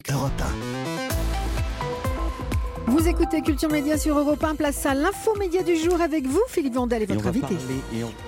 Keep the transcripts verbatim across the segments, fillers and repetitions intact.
Europe un. Vous écoutez Culture Média sur Europe un, place à l'info média du jour avec vous, Philippe Vandel, et votre et on va invité. parler, et on...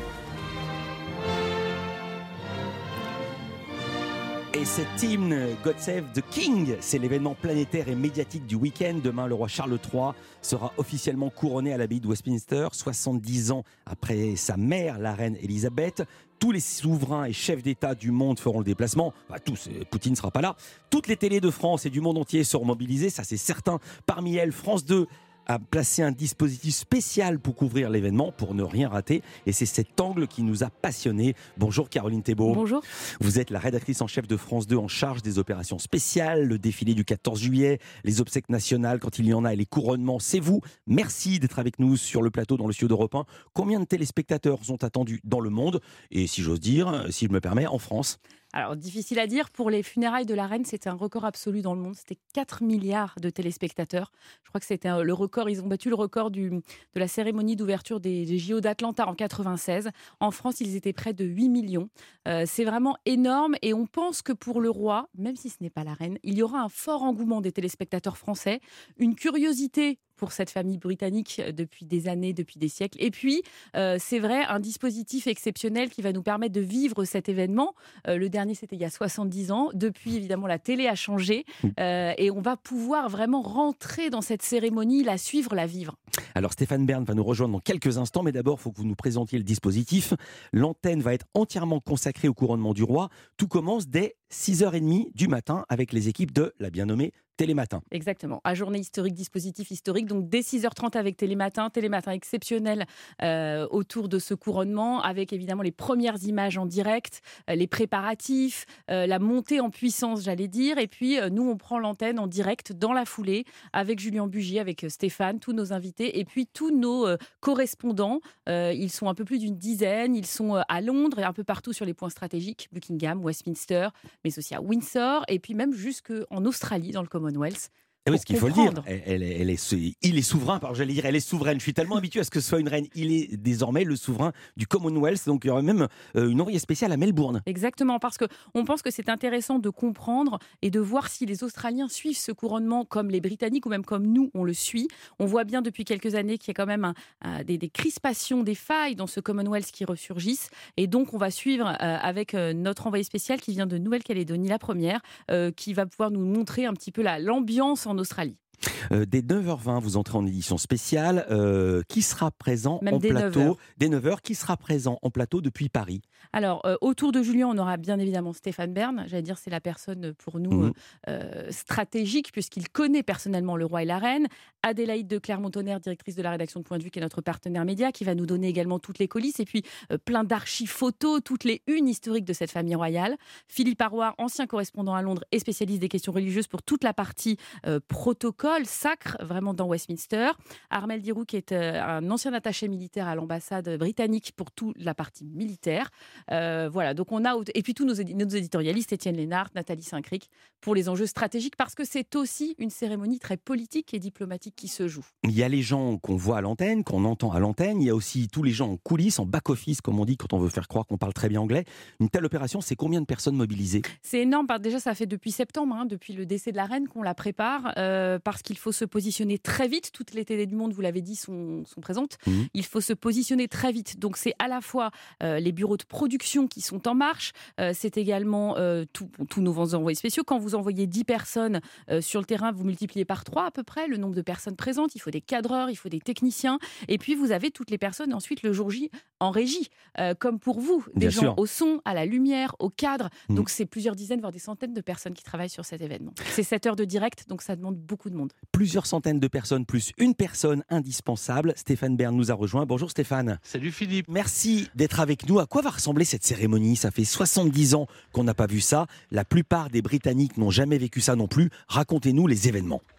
Et cet hymne, God Save the King, c'est l'événement planétaire et médiatique du week-end. Demain, le roi Charles trois sera officiellement couronné à l'abbaye de Westminster, soixante-dix ans après sa mère, la reine Elisabeth. Tous les souverains et chefs d'État du monde feront le déplacement. Bah, tous, Poutine ne sera pas là. Toutes les télés de France et du monde entier seront mobilisées, ça c'est certain. Parmi elles, France deux a placé un dispositif spécial pour couvrir l'événement, pour ne rien rater. Et c'est cet angle qui nous a passionnés. Bonjour Caroline Thébault. Bonjour. Vous êtes la rédactrice en chef de France deux en charge des opérations spéciales, le défilé du quatorze juillet, les obsèques nationales quand il y en a et les couronnements. C'est vous. Merci d'être avec nous sur le plateau dans le studio d'Europe un. Combien de téléspectateurs sont attendus dans le monde? Et si j'ose dire, si je me permets, en France? Alors, difficile à dire. Pour les funérailles de la reine, c'était un record absolu dans le monde. C'était quatre milliards de téléspectateurs. Je crois que c'était un, le record. Ils ont battu le record du, de la cérémonie d'ouverture des, des J O d'Atlanta en quatre-vingt-seize. En France, ils étaient près de huit millions. Euh, c'est vraiment énorme. Et on pense que pour le roi, même si ce n'est pas la reine, il y aura un fort engouement des téléspectateurs français. Une curiosité pour cette famille britannique depuis des années, depuis des siècles. Et puis, euh, c'est vrai, un dispositif exceptionnel qui va nous permettre de vivre cet événement. Euh, le dernier, c'était il y a soixante-dix ans. Depuis, évidemment, la télé a changé. Euh, et on va pouvoir vraiment rentrer dans cette cérémonie, la suivre, la vivre. Alors, Stéphane Bern va nous rejoindre dans quelques instants. Mais d'abord, il faut que vous nous présentiez le dispositif. L'antenne va être entièrement consacrée au couronnement du roi. Tout commence dès six heures trente du matin avec les équipes de la bien nommée Télématin. Exactement. À journée historique, dispositif historique. Donc dès six heures trente avec Télématin. Télématin exceptionnel euh, autour de ce couronnement, avec évidemment les premières images en direct, euh, les préparatifs, euh, la montée en puissance, j'allais dire. Et puis euh, nous, on prend l'antenne en direct dans la foulée avec Julien Bugier, avec Stéphane, tous nos invités, et puis tous nos euh, correspondants. Euh, ils sont un peu plus d'une dizaine. Ils sont euh, à Londres et un peu partout sur les points stratégiques, Buckingham, Westminster, mais aussi à Windsor, et puis même jusqu'en Australie, dans le Commonwealth. Et oui, ce qu'il faut le dire, elle, elle, elle est, il est souverain, pardon, j'allais dire, elle est souveraine. Je suis tellement habitué à ce que ce soit une reine. Il est désormais le souverain du Commonwealth, donc il y aura même euh, une envoyée spéciale à Melbourne. Exactement, parce qu'on pense que c'est intéressant de comprendre et de voir si les Australiens suivent ce couronnement comme les Britanniques ou même comme nous, on le suit. On voit bien depuis quelques années qu'il y a quand même un, un, des, des crispations, des failles dans ce Commonwealth qui ressurgissent. Et donc, on va suivre euh, avec euh, notre envoyée spéciale qui vient de Nouvelle-Calédonie, la première, euh, qui va pouvoir nous montrer un petit peu la, l'ambiance en Australie. Euh, dès neuf heures vingt, vous entrez en édition spéciale. Euh, qui sera présent Même en dès plateau neuf heures. Dès neuf heures, qui sera présent en plateau depuis Paris? Alors, euh, autour de Julien, on aura bien évidemment Stéphane Bern. J'allais dire, c'est la personne pour nous Mmh. euh, stratégique, puisqu'il connaît personnellement le roi et la reine. Adélaïde de Clermont-Tonnerre, directrice de la rédaction de Point de Vue, qui est notre partenaire média, qui va nous donner également toutes les coulisses. Et puis, euh, plein d'archives photos, toutes les unes historiques de cette famille royale. Philippe Arroir, ancien correspondant à Londres et spécialiste des questions religieuses pour toute la partie euh, protocole, sacre, vraiment dans Westminster. Armel Dirou, qui est euh, un ancien attaché militaire à l'ambassade britannique pour toute la partie militaire. Euh, voilà, donc on a... Et puis tous nos, édi- nos éditorialistes, Étienne Lénard, Nathalie Saint-Cric, pour les enjeux stratégiques, parce que c'est aussi une cérémonie très politique et diplomatique qui se joue. Il y a les gens qu'on voit à l'antenne, qu'on entend à l'antenne. Il y a aussi tous les gens en coulisses, en back-office, comme on dit quand on veut faire croire qu'on parle très bien anglais. Une telle opération, c'est combien de personnes mobilisées? C'est énorme. Déjà, ça fait depuis septembre, hein, depuis le décès de la reine, qu'on la prépare, euh, parce qu'il faut se positionner très vite. Toutes les télés du monde, vous l'avez dit, sont, sont présentes. Mmh. Il faut se positionner très vite. Donc, c'est à la fois euh, les bureaux de production qui sont en marche, euh, c'est également euh, tous tout nos envoyés spéciaux. Quand vous envoyez dix personnes euh, sur le terrain, vous multipliez par trois à peu près le nombre de personnes présentes. Il faut des cadreurs, il faut des techniciens. Et puis, vous avez toutes les personnes ensuite le jour J en régie, euh, comme pour vous, des Bien gens sûr. au son, à la lumière, au cadre. Mmh. Donc, c'est plusieurs dizaines, voire des centaines de personnes qui travaillent sur cet événement. C'est sept heures de direct, donc ça demande beaucoup de monde. Plusieurs centaines de personnes, plus une personne indispensable. Stéphane Bern nous a rejoint. Bonjour Stéphane. Salut Philippe. Merci d'être avec nous. À quoi va ressembler cette cérémonie? Ça fait soixante-dix ans qu'on n'a pas vu ça. La plupart des Britanniques n'ont jamais vécu ça non plus. Racontez-nous les événements.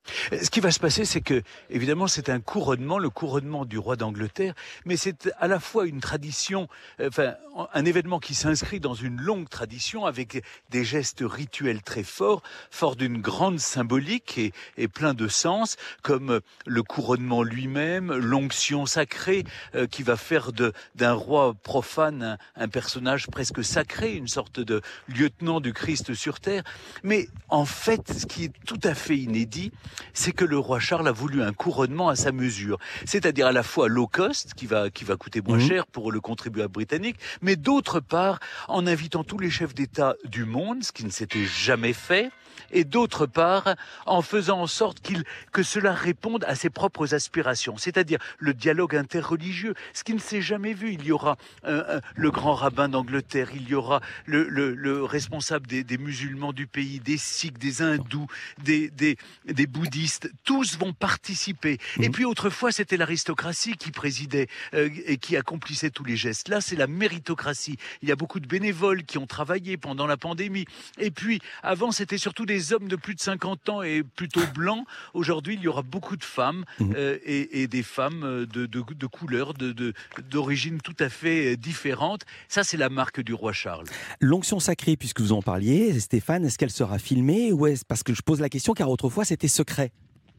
Ce qui va se passer, c'est que, évidemment, c'est un couronnement, le couronnement du roi d'Angleterre, mais c'est à la fois une tradition, enfin, un événement qui s'inscrit dans une longue tradition avec des gestes rituels très forts, forts d'une grande symbolique et, et plein de sens, comme le couronnement lui-même, l'onction sacrée, euh, qui va faire de, d'un roi profane un, un personnage presque sacré, une sorte de lieutenant du Christ sur terre. Mais en fait, ce qui est tout à fait inédit, c'est que le roi Charles a voulu un couronnement à sa mesure. C'est-à-dire à la fois low cost, qui va, qui va coûter moins mmh. cher pour le contribuable britannique, mais d'autre part, en invitant tous les chefs d'État du monde, ce qui ne s'était jamais fait, et d'autre part, en faisant en sorte qu'il, que cela réponde à ses propres aspirations, c'est-à-dire le dialogue interreligieux, ce qui ne s'est jamais vu. Il y aura euh, euh, le grand rabbin d'Angleterre, il y aura le, le, le responsable des, des musulmans du pays, des sikhs, des hindous, des, des, des bouddhistes, tous vont participer. Mmh. Et puis autrefois, c'était l'aristocratie qui présidait euh, et qui accomplissait tous les gestes. Là, c'est la méritocratie. Il y a beaucoup de bénévoles qui ont travaillé pendant la pandémie. Et puis, avant, c'était surtout des hommes de plus de cinquante ans et plutôt blancs. Aujourd'hui, il y aura beaucoup de femmes mmh. euh, et, et des femmes de, de, de couleurs, de, de, d'origines tout à fait différentes. Ça, c'est la marque du roi Charles. L'onction sacrée, puisque vous en parliez, Stéphane, est-ce qu'elle sera filmée ou est-ce... Parce que je pose la question, car autrefois, c'était secret.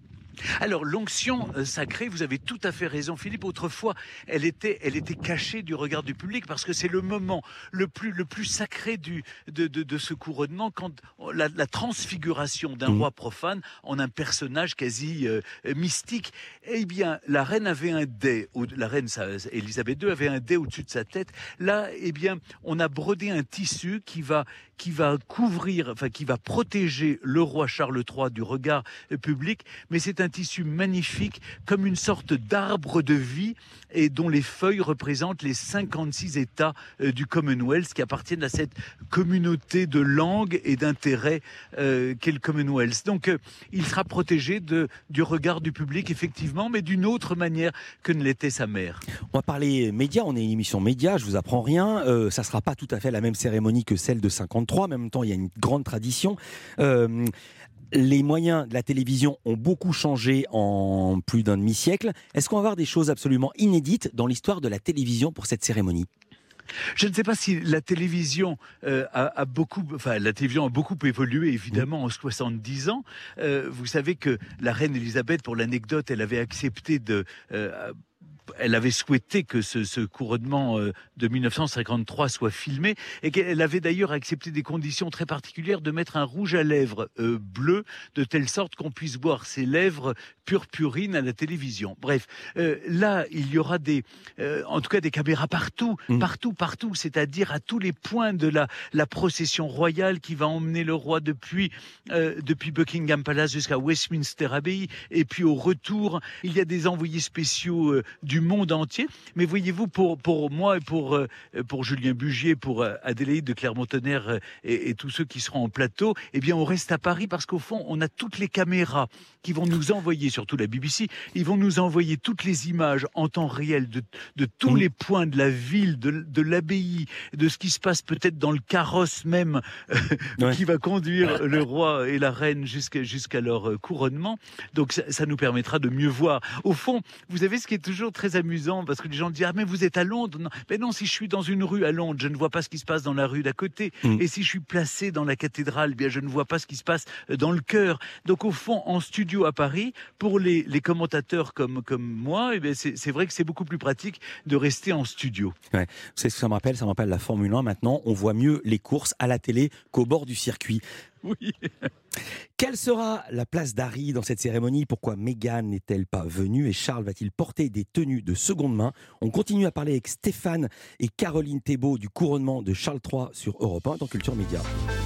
Alors, l'onction euh, sacrée, vous avez tout à fait raison, Philippe. Autrefois, elle était, elle était cachée du regard du public parce que c'est le moment le plus, le plus sacré du, de, de, de ce couronnement, quand la, la transfiguration d'un mmh. roi profane en un personnage quasi euh, mystique. Eh bien, la reine avait un dais, la reine Élisabeth deux avait un dais au-dessus de sa tête. Là, eh bien, on a brodé un tissu qui va, qui va couvrir, enfin, qui va protéger le roi Charles trois du regard public, mais c'est un tissu magnifique, comme une sorte d'arbre de vie, et dont les feuilles représentent les cinquante-six États euh, du Commonwealth qui appartiennent à cette communauté de langues et d'intérêts euh, qu'est le Commonwealth. Donc, euh, il sera protégé de, du regard du public, effectivement, mais d'une autre manière que ne l'était sa mère. On va parler médias, on est une émission média, je vous apprends rien, euh, ça ne sera pas tout à fait la même cérémonie que celle de cinquante-trois, en même temps il y a une grande tradition. Euh, Les moyens de la télévision ont beaucoup changé en plus d'un demi-siècle. Est-ce qu'on va avoir des choses absolument inédites dans l'histoire de la télévision pour cette cérémonie ? Je ne sais pas si la télévision euh, a, a beaucoup, enfin la télévision a beaucoup évolué évidemment en soixante-dix ans. Euh, vous savez que la reine Élisabeth, pour l'anecdote, elle avait accepté de euh, elle avait souhaité que ce, ce couronnement de mille neuf cent cinquante-trois soit filmé et qu'elle avait d'ailleurs accepté des conditions très particulières de mettre un rouge à lèvres euh, bleu de telle sorte qu'on puisse voir ses lèvres purpurines à la télévision. Bref, euh, là, il y aura des, euh, en tout cas des caméras partout, mmh. partout, partout, c'est-à-dire à tous les points de la, la procession royale qui va emmener le roi depuis, euh, depuis Buckingham Palace jusqu'à Westminster Abbey et puis au retour, il y a des envoyés spéciaux euh, du monde entier. Mais voyez-vous, pour, pour moi et pour, euh, pour Julien Bugier, pour euh, Adélaïde de Clermont-Tonnerre euh, et, et tous ceux qui seront en plateau, eh bien on reste à Paris parce qu'au fond, on a toutes les caméras qui vont nous envoyer, surtout la B B C, ils vont nous envoyer toutes les images en temps réel de, de tous mmh. les points de la ville, de, de l'abbaye, de ce qui se passe peut-être dans le carrosse même euh, ouais. qui va conduire le roi et la reine jusqu'à, jusqu'à leur couronnement. Donc ça, ça nous permettra de mieux voir. Au fond, vous savez ce qui est toujours très amusant, parce que les gens disent « Ah, mais vous êtes à Londres !» Non, mais non, si je suis dans une rue à Londres, je ne vois pas ce qui se passe dans la rue d'à côté. Mmh. Et si je suis placé dans la cathédrale, eh bien je ne vois pas ce qui se passe dans le chœur. Donc au fond, en studio à Paris, pour les, les commentateurs comme, comme moi, eh bien c'est, c'est vrai que c'est beaucoup plus pratique de rester en studio. Ouais. C'est ce que ça me rappelle, ça me rappelle la Formule un. Maintenant, on voit mieux les courses à la télé qu'au bord du circuit. Oui. Quelle sera la place d'Harry dans cette cérémonie ? Pourquoi Meghan n'est-elle pas venue ? Et Charles va-t-il porter des tenues de seconde main ? On continue à parler avec Stéphane et Caroline Thébault du couronnement de Charles trois sur Europe un dans Culture Média.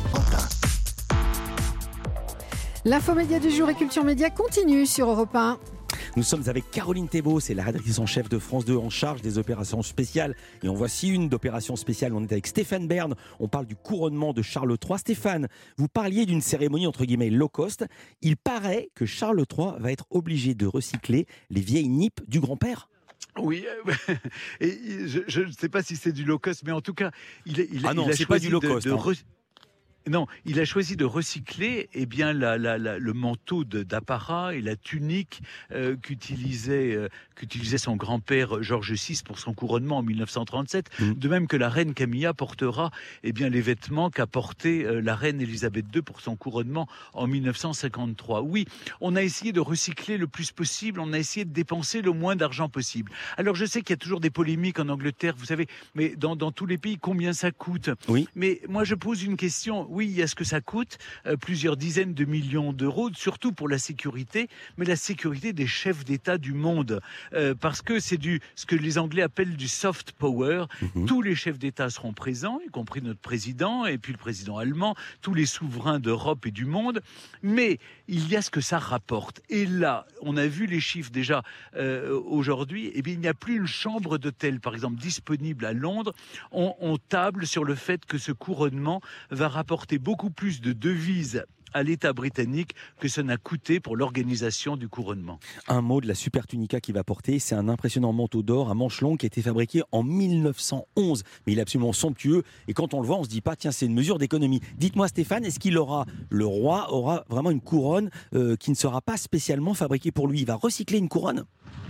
L'infomédia du jour et Culture Média continue sur Europe un. Nous sommes avec Caroline Thébault, c'est la rédactrice en chef de France deux en charge des opérations spéciales. Et en voici une d'opération spéciale. On est avec Stéphane Bern. On parle du couronnement de Charles trois. Stéphane, vous parliez d'une cérémonie entre guillemets low cost. Il paraît que Charles trois va être obligé de recycler les vieilles nippes du grand-père. Oui, euh, et je ne sais pas si c'est du low cost, mais en tout cas, il, il, ah non, il a c'est choisi pas du low de, cost. de hein. re... Non, il a choisi de recycler eh bien, la, la, la, le manteau de, d'apparat et la tunique euh, qu'utilisait, euh, qu'utilisait son grand-père Georges six pour son couronnement en mille neuf cent trente-sept. Mmh. De même que la reine Camilla portera eh bien, les vêtements qu'a porté euh, la reine Elisabeth deux pour son couronnement en mille neuf cent cinquante-trois. Oui, on a essayé de recycler le plus possible, on a essayé de dépenser le moins d'argent possible. Alors je sais qu'il y a toujours des polémiques en Angleterre, vous savez, mais dans, dans tous les pays, combien ça coûte ? Oui. Mais moi je pose une question. Oui, il y a ce que ça coûte, euh, plusieurs dizaines de millions d'euros, surtout pour la sécurité, mais la sécurité des chefs d'État du monde. Euh, parce que c'est du, ce que les Anglais appellent du soft power. Mmh. Tous les chefs d'État seront présents, y compris notre président, et puis le président allemand, tous les souverains d'Europe et du monde. Mais il y a ce que ça rapporte. Et là, on a vu les chiffres déjà euh, aujourd'hui, eh bien, il n'y a plus une chambre d'hôtel, par exemple, disponible à Londres. On, on table sur le fait que ce couronnement va rapporter beaucoup plus de devises à l'État britannique que ça n'a coûté pour l'organisation du couronnement. Un mot de la super tunica qu'il va porter, c'est un impressionnant manteau d'or à manches longues qui a été fabriqué en mille neuf cent onze. Mais il est absolument somptueux et quand on le voit, on se dit pas tiens, c'est une mesure d'économie. Dites-moi Stéphane, est-ce qu'il aura, le roi aura vraiment une couronne euh, qui ne sera pas spécialement fabriquée pour lui ? Il va recycler une couronne ?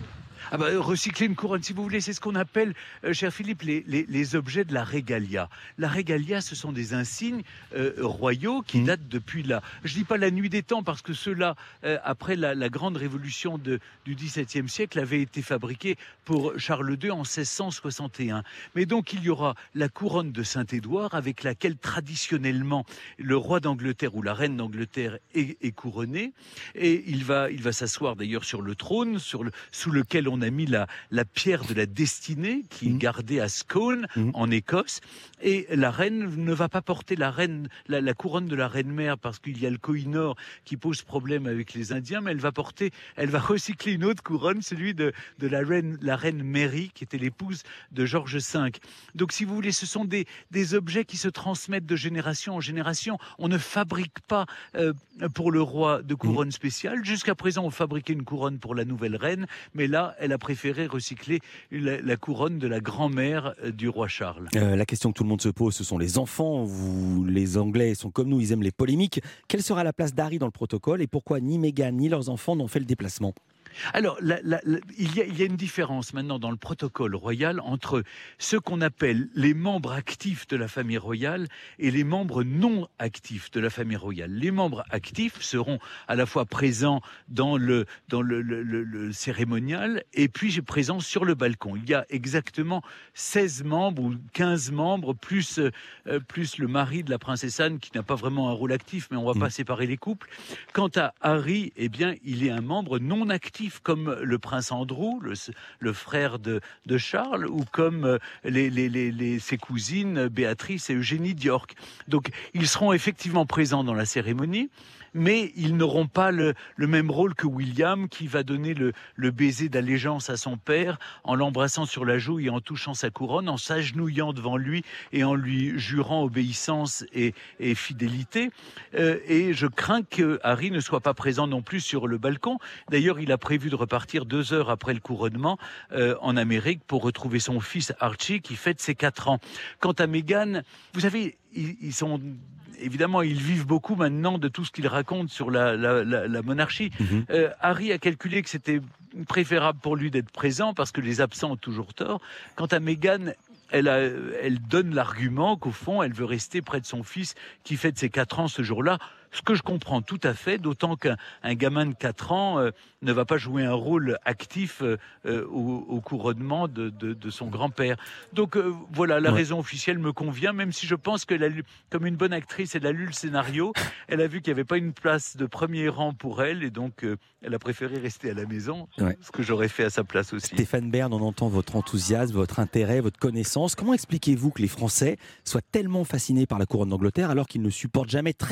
Ah bah, recycler une couronne, si vous voulez, c'est ce qu'on appelle, euh, cher Philippe, les, les, les objets de la régalia. La régalia, ce sont des insignes euh, royaux qui mmh. datent depuis la... Je dis pas la nuit des temps, parce que ceux-là, euh, après la, la grande révolution de, du dix-septième siècle, avaient été fabriqués pour Charles deux en seize cent soixante et un. Mais donc, il y aura la couronne de Saint-Édouard, avec laquelle, traditionnellement, le roi d'Angleterre ou la reine d'Angleterre est, est couronné. Et il va, il va s'asseoir d'ailleurs sur le trône, sur le, sous lequel on a mis la, la pierre de la destinée qui est gardée à Scone, mmh. en Écosse. Et la reine ne va pas porter la, reine, la, la couronne de la reine-mère parce qu'il y a le Koh-i-Noor qui pose problème avec les Indiens, mais elle va porter, elle va recycler une autre couronne, celui de, de la, reine, la reine Mary, qui était l'épouse de Georges cinq. Donc si vous voulez, ce sont des, des objets qui se transmettent de génération en génération. On ne fabrique pas euh, pour le roi de couronne mmh. spéciale. Jusqu'à présent, on fabriquait une couronne pour la nouvelle reine, mais là, elle a préféré recycler la, la couronne de la grand-mère du roi Charles. Euh, la question que tout le monde se pose, ce sont les enfants. Vous, les Anglais sont comme nous, ils aiment les polémiques. Quelle sera la place d'Harry dans le protocole et pourquoi ni Meghan ni leurs enfants n'ont fait le déplacement ? Alors, la, la, la, il, y a, il y a une différence maintenant dans le protocole royal entre ce qu'on appelle les membres actifs de la famille royale et les membres non actifs de la famille royale. Les membres actifs seront à la fois présents dans le, dans le, le, le, le cérémonial et puis présents sur le balcon. Il y a exactement seize membres ou quinze membres, plus, euh, plus le mari de la princesse Anne qui n'a pas vraiment un rôle actif, mais on ne va pas mmh. séparer les couples. Quant à Harry, eh bien, il est un membre non actif, comme le prince Andrew, le, le frère de, de Charles, ou comme les, les, les, les, ses cousines Béatrice et Eugénie d'York. Donc, ils seront effectivement présents dans la cérémonie, mais ils n'auront pas le, le même rôle que William, qui va donner le, le baiser d'allégeance à son père, en l'embrassant sur la joue et en touchant sa couronne, en s'agenouillant devant lui et en lui jurant obéissance et, et fidélité. Euh, et je crains que Harry ne soit pas présent non plus sur le balcon. D'ailleurs, il a prévu de repartir deux heures après le couronnement euh, en Amérique pour retrouver son fils Archie, qui fête ses quatre ans. Quant à Meghan, vous savez, ils, ils sont... Évidemment, ils vivent beaucoup maintenant de tout ce qu'ils racontent sur la, la, la, la monarchie. Mmh. Euh, Harry a calculé que c'était préférable pour lui d'être présent parce que les absents ont toujours tort. Quant à Meghan, elle, a, elle donne l'argument qu'au fond, elle veut rester près de son fils qui fête ses quatre ans ce jour-là. Ce que je comprends tout à fait, d'autant qu'un un gamin de quatre ans euh, ne va pas jouer un rôle actif euh, euh, au, au couronnement de, de, de son grand-père. Donc euh, voilà, la ouais. raison officielle me convient, même si je pense que, lu, comme une bonne actrice, elle a lu le scénario, elle a vu qu'il n'y avait pas une place de premier rang pour elle, et donc euh, elle a préféré rester à la maison, ouais. ce que j'aurais fait à sa place aussi. Stéphane Bern, on entend votre enthousiasme, votre intérêt, votre connaissance. Comment expliquez-vous que les Français soient tellement fascinés par la couronne d'Angleterre alors qu'ils ne supportent jamais très longtemps leur président ?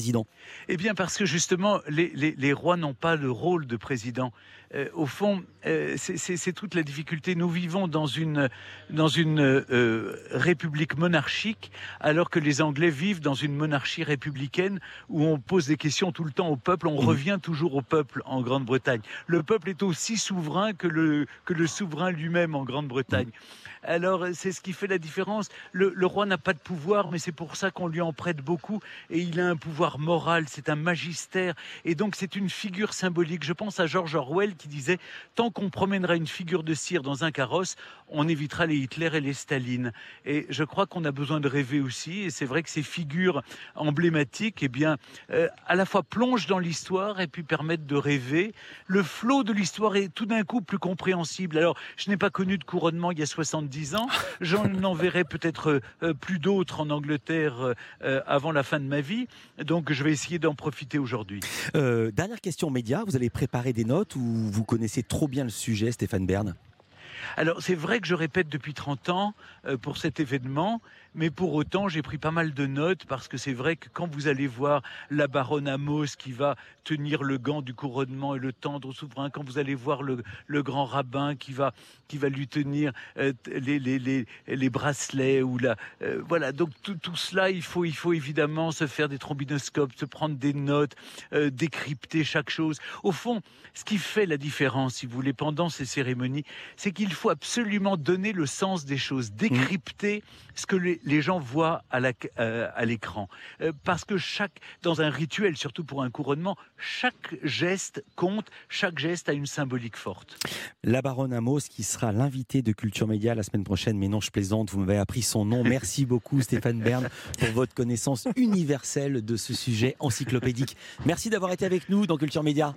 président ? Eh bien, parce que justement, les, les, les rois n'ont pas le rôle de président. Euh, au fond, euh, c'est, c'est, c'est toute la difficulté. Nous vivons dans une, dans une euh, république monarchique, alors que les Anglais vivent dans une monarchie républicaine où on pose des questions tout le temps au peuple. On mmh. revient toujours au peuple en Grande-Bretagne. Le peuple est aussi souverain que le, que le souverain lui-même en Grande-Bretagne. Mmh. Alors, c'est ce qui fait la différence. Le, le roi n'a pas de pouvoir, mais c'est pour ça qu'on lui en prête beaucoup. Et il a un pouvoir moral, c'est un magistère. Et donc, c'est une figure symbolique. Je pense à George Orwell qui disait « Tant qu'on promènera une figure de cire dans un carrosse, on évitera les Hitler et les Staline. » Et je crois qu'on a besoin de rêver aussi. Et c'est vrai que ces figures emblématiques, eh bien, euh, à la fois plongent dans l'histoire et puis permettent de rêver. Le flot de l'histoire est tout d'un coup plus compréhensible. Alors, je n'ai pas connu de couronnement il y a soixante-dix ans. J'en enverrai peut-être euh, plus d'autres en Angleterre euh, avant la fin de ma vie. Donc, je vais essayer d'en profiter aujourd'hui. Euh, dernière question média. Vous allez préparer des notes ou vous connaissez trop bien le sujet, Stéphane Bern ? Alors, c'est vrai que je répète depuis trente ans euh, pour cet événement, mais pour autant, j'ai pris pas mal de notes parce que c'est vrai que quand vous allez voir la baronne Amos qui va tenir le gant du couronnement et le tendre au souverain, quand vous allez voir le, le grand rabbin qui va, qui va lui tenir euh, les, les, les, les bracelets, ou la, euh, voilà, donc tout, tout cela, il faut, il faut évidemment se faire des trombinoscopes, se prendre des notes, euh, décrypter chaque chose. Au fond, ce qui fait la différence, si vous voulez, pendant ces cérémonies, c'est qu'il faut absolument donner le sens des choses, décrypter mmh. ce que les, les gens voient à, la, euh, à l'écran. Euh, parce que chaque, dans un rituel, surtout pour un couronnement, chaque geste compte, chaque geste a une symbolique forte. La baronne Amos qui sera l'invitée de Culture Média la semaine prochaine, mais non, je plaisante, vous m'avez appris son nom. Merci beaucoup Stéphane Bern pour votre connaissance universelle de ce sujet encyclopédique. Merci d'avoir été avec nous dans Culture Média.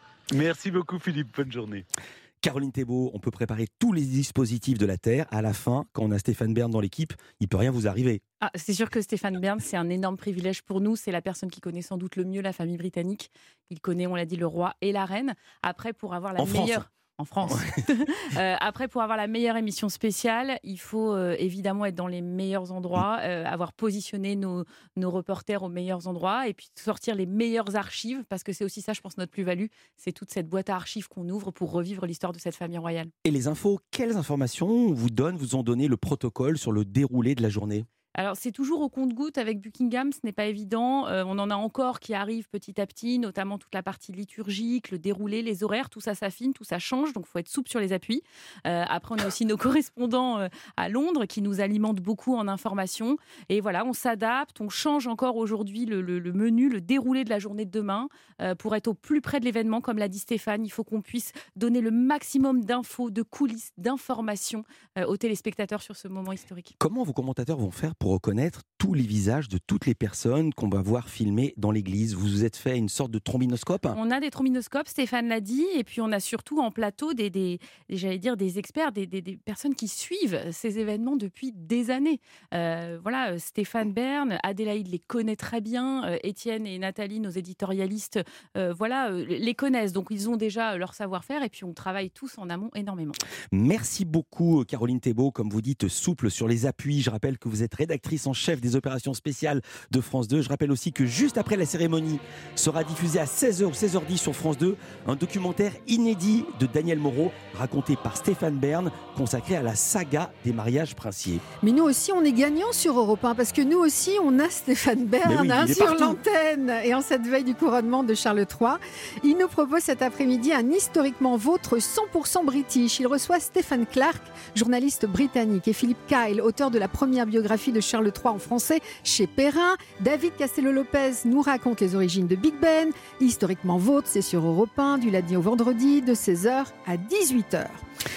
Merci beaucoup Philippe, bonne journée. Caroline Thébault, on peut préparer tous les dispositifs de la Terre. À la fin, quand on a Stéphane Bern dans l'équipe, il ne peut rien vous arriver. Ah, c'est sûr que Stéphane Bern, c'est un énorme privilège pour nous. C'est la personne qui connaît sans doute le mieux la famille britannique. Il connaît, on l'a dit, le roi et la reine. Après, pour avoir la en meilleure... France. En France. euh, après, pour avoir la meilleure émission spéciale, il faut euh, évidemment être dans les meilleurs endroits, euh, avoir positionné nos, nos reporters aux meilleurs endroits et puis sortir les meilleures archives, parce que c'est aussi ça, je pense, notre plus-value. C'est toute cette boîte à archives qu'on ouvre pour revivre l'histoire de cette famille royale. Et les infos, quelles informations vous donnent, vous ont donné le protocole sur le déroulé de la journée ? Alors, c'est toujours au compte-gouttes avec Buckingham, ce n'est pas évident. Euh, on en a encore qui arrivent petit à petit, notamment toute la partie liturgique, le déroulé, les horaires, tout ça s'affine, tout ça change, donc il faut être souple sur les appuis. Euh, après, on a aussi nos correspondants euh, à Londres qui nous alimentent beaucoup en informations. Et voilà, on s'adapte, on change encore aujourd'hui le, le, le menu, le déroulé de la journée de demain euh, pour être au plus près de l'événement. Comme l'a dit Stéphane, il faut qu'on puisse donner le maximum d'infos, de coulisses, d'informations euh, aux téléspectateurs sur ce moment historique. Comment vos commentateurs vont faire pour reconnaître tous les visages de toutes les personnes qu'on va voir filmer dans l'église? Vous vous êtes fait une sorte de trombinoscope? On a des trombinoscopes, Stéphane l'a dit, et puis on a surtout en plateau des, des j'allais dire des experts, des, des, des personnes qui suivent ces événements depuis des années. Euh, voilà, Stéphane Bern, Adélaïde les connaît très bien, euh, Étienne et Nathalie, nos éditorialistes, euh, voilà, euh, les connaissent, donc ils ont déjà leur savoir-faire, et puis on travaille tous en amont énormément. Merci beaucoup Caroline Thébault, comme vous dites, souple sur les appuis. Je rappelle que vous êtes rédactrice en chef des opérations spéciales de France deux. Je rappelle aussi que juste après la cérémonie sera diffusé à seize heures ou seize heures dix sur France deux un documentaire inédit de Daniel Moreau raconté par Stéphane Bern consacré à la saga des mariages princiers. Mais nous aussi on est gagnants sur Europe un parce que nous aussi on a Stéphane Bern oui, hein, sur partout. l'antenne et en cette veille du couronnement de Charles trois. Il nous propose cet après-midi un historiquement vôtre cent pour cent british. Il reçoit Stephen Clark, journaliste britannique, et Philippe Kyle, auteur de la première biographie de Charles trois en français chez Perrin. David Castello-Lopez nous raconte les origines de Big Ben. Historiquement vôtre, c'est sur Europe un du lundi au vendredi de seize heures à dix-huit heures.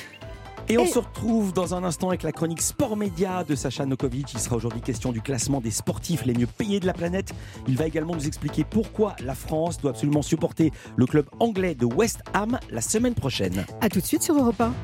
Et on Et... se retrouve dans un instant avec la chronique Sport Média de Sacha Nokovic. Il sera aujourd'hui question du classement des sportifs les mieux payés de la planète. Il va également nous expliquer pourquoi la France doit absolument supporter le club anglais de West Ham la semaine prochaine. A tout de suite sur Europe un.